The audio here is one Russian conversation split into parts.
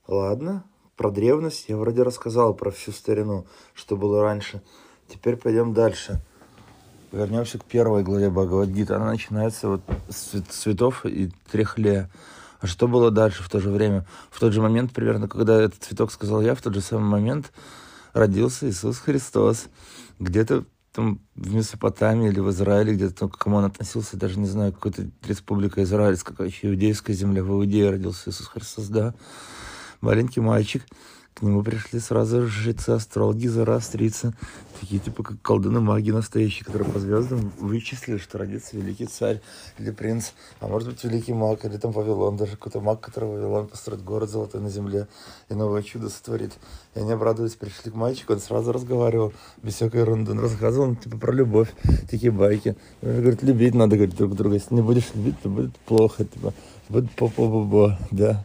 Ладно, про древность я вроде рассказал, про всю старину, что было раньше. Теперь пойдем дальше. Вернемся к первой главе Бхагавад-гиты. Она начинается вот с цветов и трехле. А что было дальше в то же время? В тот же момент, примерно, когда этот цветок сказал я, в тот же самый момент родился Иисус Христос. Где-то там в Месопотамии или в Израиле, где-то, к кому он относился, даже не знаю, какая-то республика израильская, какая-то иудейская земля, в Иудее родился Иисус Христос, да. Маленький мальчик, к нему пришли сразу жрецы, астрологи, зороастрийцы, такие типа как колдуны-маги настоящие, которые по звездам вычислили, что родится великий царь или принц, а может быть великий маг, или там Вавилон, даже какой-то маг, который Вавилон построит город золотой на земле и новое чудо сотворит. И они обрадовались, пришли к мальчику, он сразу разговаривал, без всякой ерунды, он рассказывал типа про любовь, такие байки. Он говорит, любить надо, говорит, друг друга, если не будешь любить, то будет плохо, типа, будет по-по-бо-бо, да.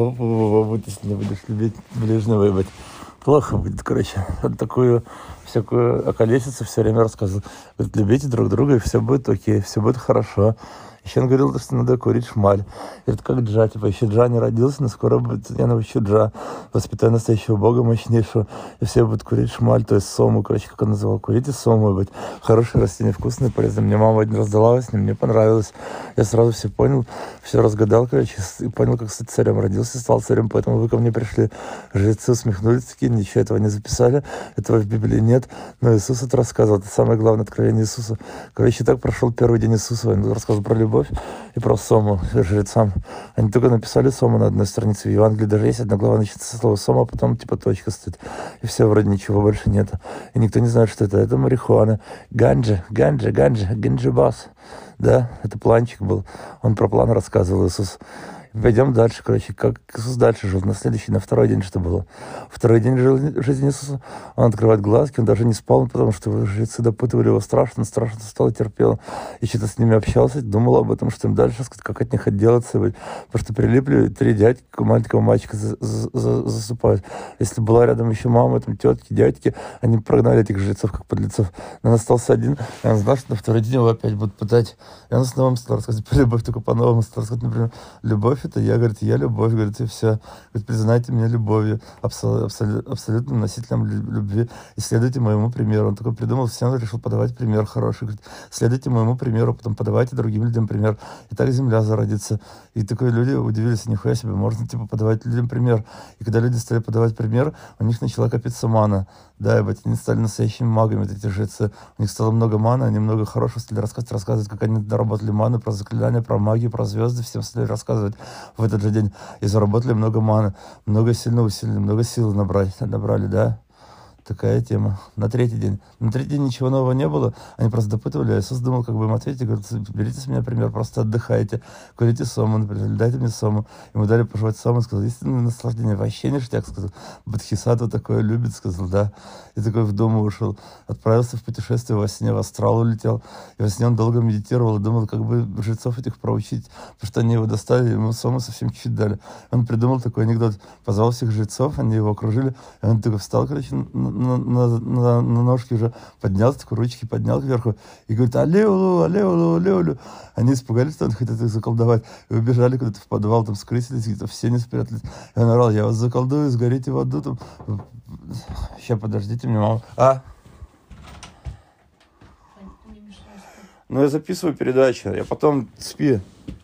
Если не будешь любить ближнего, ебать, плохо будет, короче. Он такую всякую околесицу все время рассказывал. Говорит, любите друг друга, и все будет окей, все будет хорошо. Еще он говорил, что надо курить шмаль. Говорит, как Джа, типа, еще Джа не родился, но скоро будет, я научу Джа, воспитаю настоящего бога мощнейшего, и все будут курить шмаль, то есть сому, короче, как он называл, курите сому, быть. Хорошее растение, вкусное, полезное. Мне мама один раз дала с ним, мне понравилось. Я сразу все понял, все разгадал, короче, и понял, как стать царем. Родился, стал царем, поэтому вы ко мне пришли. Жрецы усмехнулись такие, ничего этого не записали, этого в Библии нет, но Иисус это рассказывал, это самое главное откровение Иисуса. Короче, так прошел первый день Иисуса, он рассказывал про любовь и про сому жрецам. Они только написали сому на одной странице. В Евангелии даже есть одна глава, начинается со слова сома, а потом типа точка стоит. И все, вроде ничего больше нет. И никто не знает, что это. Это марихуана. Ганджа, ганджибас. Да, это планчик был. Он про план рассказывал, Иисус. Пойдем дальше, короче, как Иисус дальше жил. На следующий, на второй день что было? Второй день жизни Иисуса. Он открывает глазки, он даже не спал, потому что жрецы допытывали его страшно встал и терпел. И что-то с ними общался, думал об этом, что им дальше сказать, как от них отделаться. Потому что прилипли 3 дядьки, маленького мальчика засыпают. Если была рядом еще мама, там тетки, дядьки, они прогнали этих жрецов как подлецов. Но он остался один, и он знал, что на второй день его опять будут пытать. И он снова стал рассказывать про любовь, только по-новому стал рассказывать, например, любовь это я, говорит, я любовь, говорит, и все. Говорит, признайте меня любовью, абсолютным носителем любви, и следуйте моему примеру. Он такой придумал, всем решил подавать пример хороший. Говорит, следуйте моему примеру, потом подавайте другим людям пример. И так земля зародится. И такие люди удивились, нихуя себе, можно типа подавать людям пример. И когда люди стали подавать пример, у них начала копиться мана. Да, ебать, они стали настоящими магами, вот эти жрецы. У них стало много маны, они много хорошего стали рассказывать, как они доработали ману, про заклинания, про магию, про звезды, всем стали рассказывать в этот же день. И заработали много маны, много сильно усилили, много сил набрали, да. Такая тема. На третий день ничего нового не было. Они просто допытывали, а Иисус думал, как бы им ответить. Говорит, берите с меня пример, просто отдыхайте. Курите сому, например, дайте мне сому. Ему дали пожевать сому, сказал, истинное наслаждение, вообще ништяк, сказал. Бодхисаттва такое любит, сказал, да. И такой в дом ушел. Отправился в путешествие во сне, в астрал улетел. И во сне он долго медитировал и думал, как бы жрецов этих проучить. Потому что они его достали, ему сому совсем чуть-чуть дали. Он придумал такой анекдот. Позвал всех жрецов, они его окружили. И он такой встал, короче, на ножки уже поднялся, такой ручки поднял кверху и говорит, алеулу, алеулу, алеулу. Они испугались, что он хотят их заколдовать, и убежали куда-то в подвал, там скрысились, где-то все не спрятались. И он орал, я вас заколдую, сгорите в аду там. Сейчас, подождите, мне мама. Ну, я записываю передачу, я потом спи.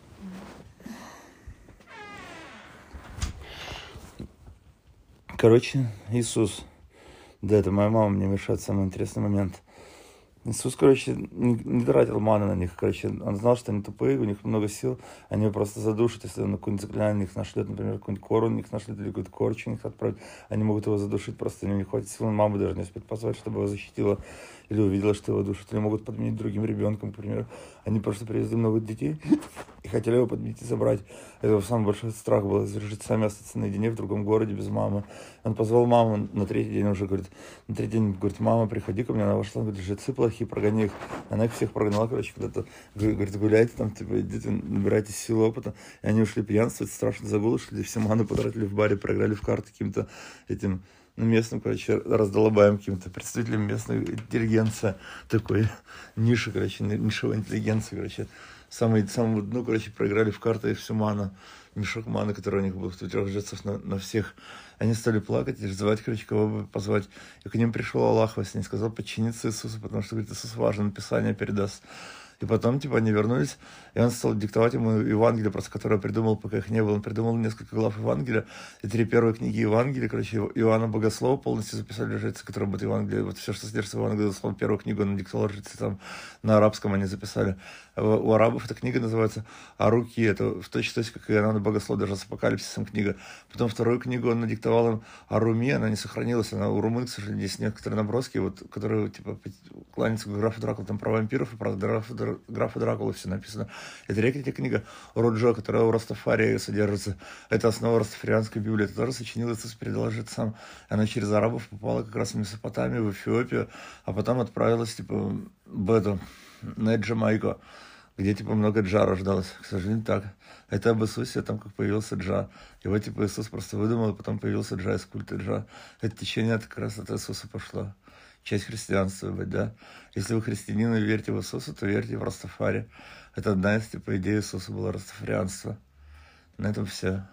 Короче, Иисус. Да, это моя мама мне мешает, самый интересный момент. Иисус, короче, не тратил маны на них, короче, он знал, что они тупые, у них много сил, они его просто задушат, если он на какое-нибудь заклинание на них нашлет, например, какую-нибудь кору на них нашлет или какую-то корочу на них отправить, они могут его задушить, просто у него не хватит сил, мама даже не успеет позвать, чтобы его защитила или увидела, что его душат, или могут подменить другим ребенком, к примеру. Они просто привезли много детей и хотели его подменить и забрать. Это его самый большой страх был, жить сами, остаться наедине в другом городе без мамы. Он позвал маму на третий день уже, говорит, мама, приходи ко мне, она вошла, говорит, жрецы плохие, прогони их. Она их всех прогнала, короче, куда-то, говорит, гуляйте там, типа, идите, набирайте силу, опыта. И они ушли пьянствовать, страшно загулы шли, все ману потратили в баре, проиграли в карты каким-то этим, местным, короче, раздолбаем каким-то представителем местной интеллигенции, такой ниши, короче, нишевой интеллигенции, короче, самому дну, короче, проиграли в карты всю ману, мешок маны, который у них был в 3 жрецов на всех. Они стали плакать и звать, короче, кого бы позвать. И к ним пришел Аллах во сне, сказал подчиниться Иисусу, потому что, говорит, Иисус важен, Писание передаст. И потом, типа, они вернулись, и он стал диктовать ему Евангелие, просто которое придумал, пока их не было. Он придумал несколько глав Евангелия, и 3 первые книги Евангелия, короче, Иоанна Богослова полностью записали жрецы, которые будут Евангелие. Вот все, что содержится в Евангелии, дословно, первую книгу он диктовал жрецы, там, на арабском они записали. У арабов эта книга называется «Аруки», это в точности, как и Иоанна Богослова, даже с Апокалипсисом книга. Потом вторую книгу он надиктовал им «Аруми», она не сохранилась, она у румын, к сожалению, есть некоторые наброски, вот, которые, типа, кланяются к графу Дракула, там, про вампиров и про графа Дракулы все написано. И третья книга «Руджо», которая у Растафарии содержится, это основа растафарианской Библии, это тоже сочинил Иисус, передал жрецам. Она через арабов попала как раз в Месопотамию, в Эфиопию, а потом отправилась, типа, на Джамайку, где, типа, много джа рождалось. К сожалению, так. Это об Иисусе, там, как появился джа. Его, типа, Иисус просто выдумал, и потом появился джа из культа джа. Это течение как раз от Иисуса пошло. Часть христианства быть, да. Если вы христианин и верите в Иисуса, то верьте в Растафари. Это одна из, типа, идей Иисуса была растафарианство. На этом все.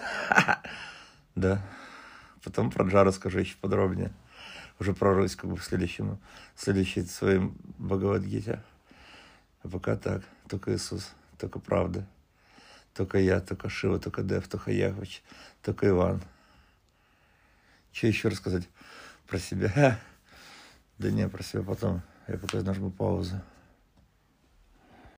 Да. Потом про джа расскажу еще подробнее. Уже про Русь, как бы, в следующей своей Бхагавад-гите. А пока так. Только Иисус, только правда. Только я, только Шива, только Дев, только Яхвич, только Иван. Что еще рассказать про себя? Да не, про себя потом. Я пока нажму паузу.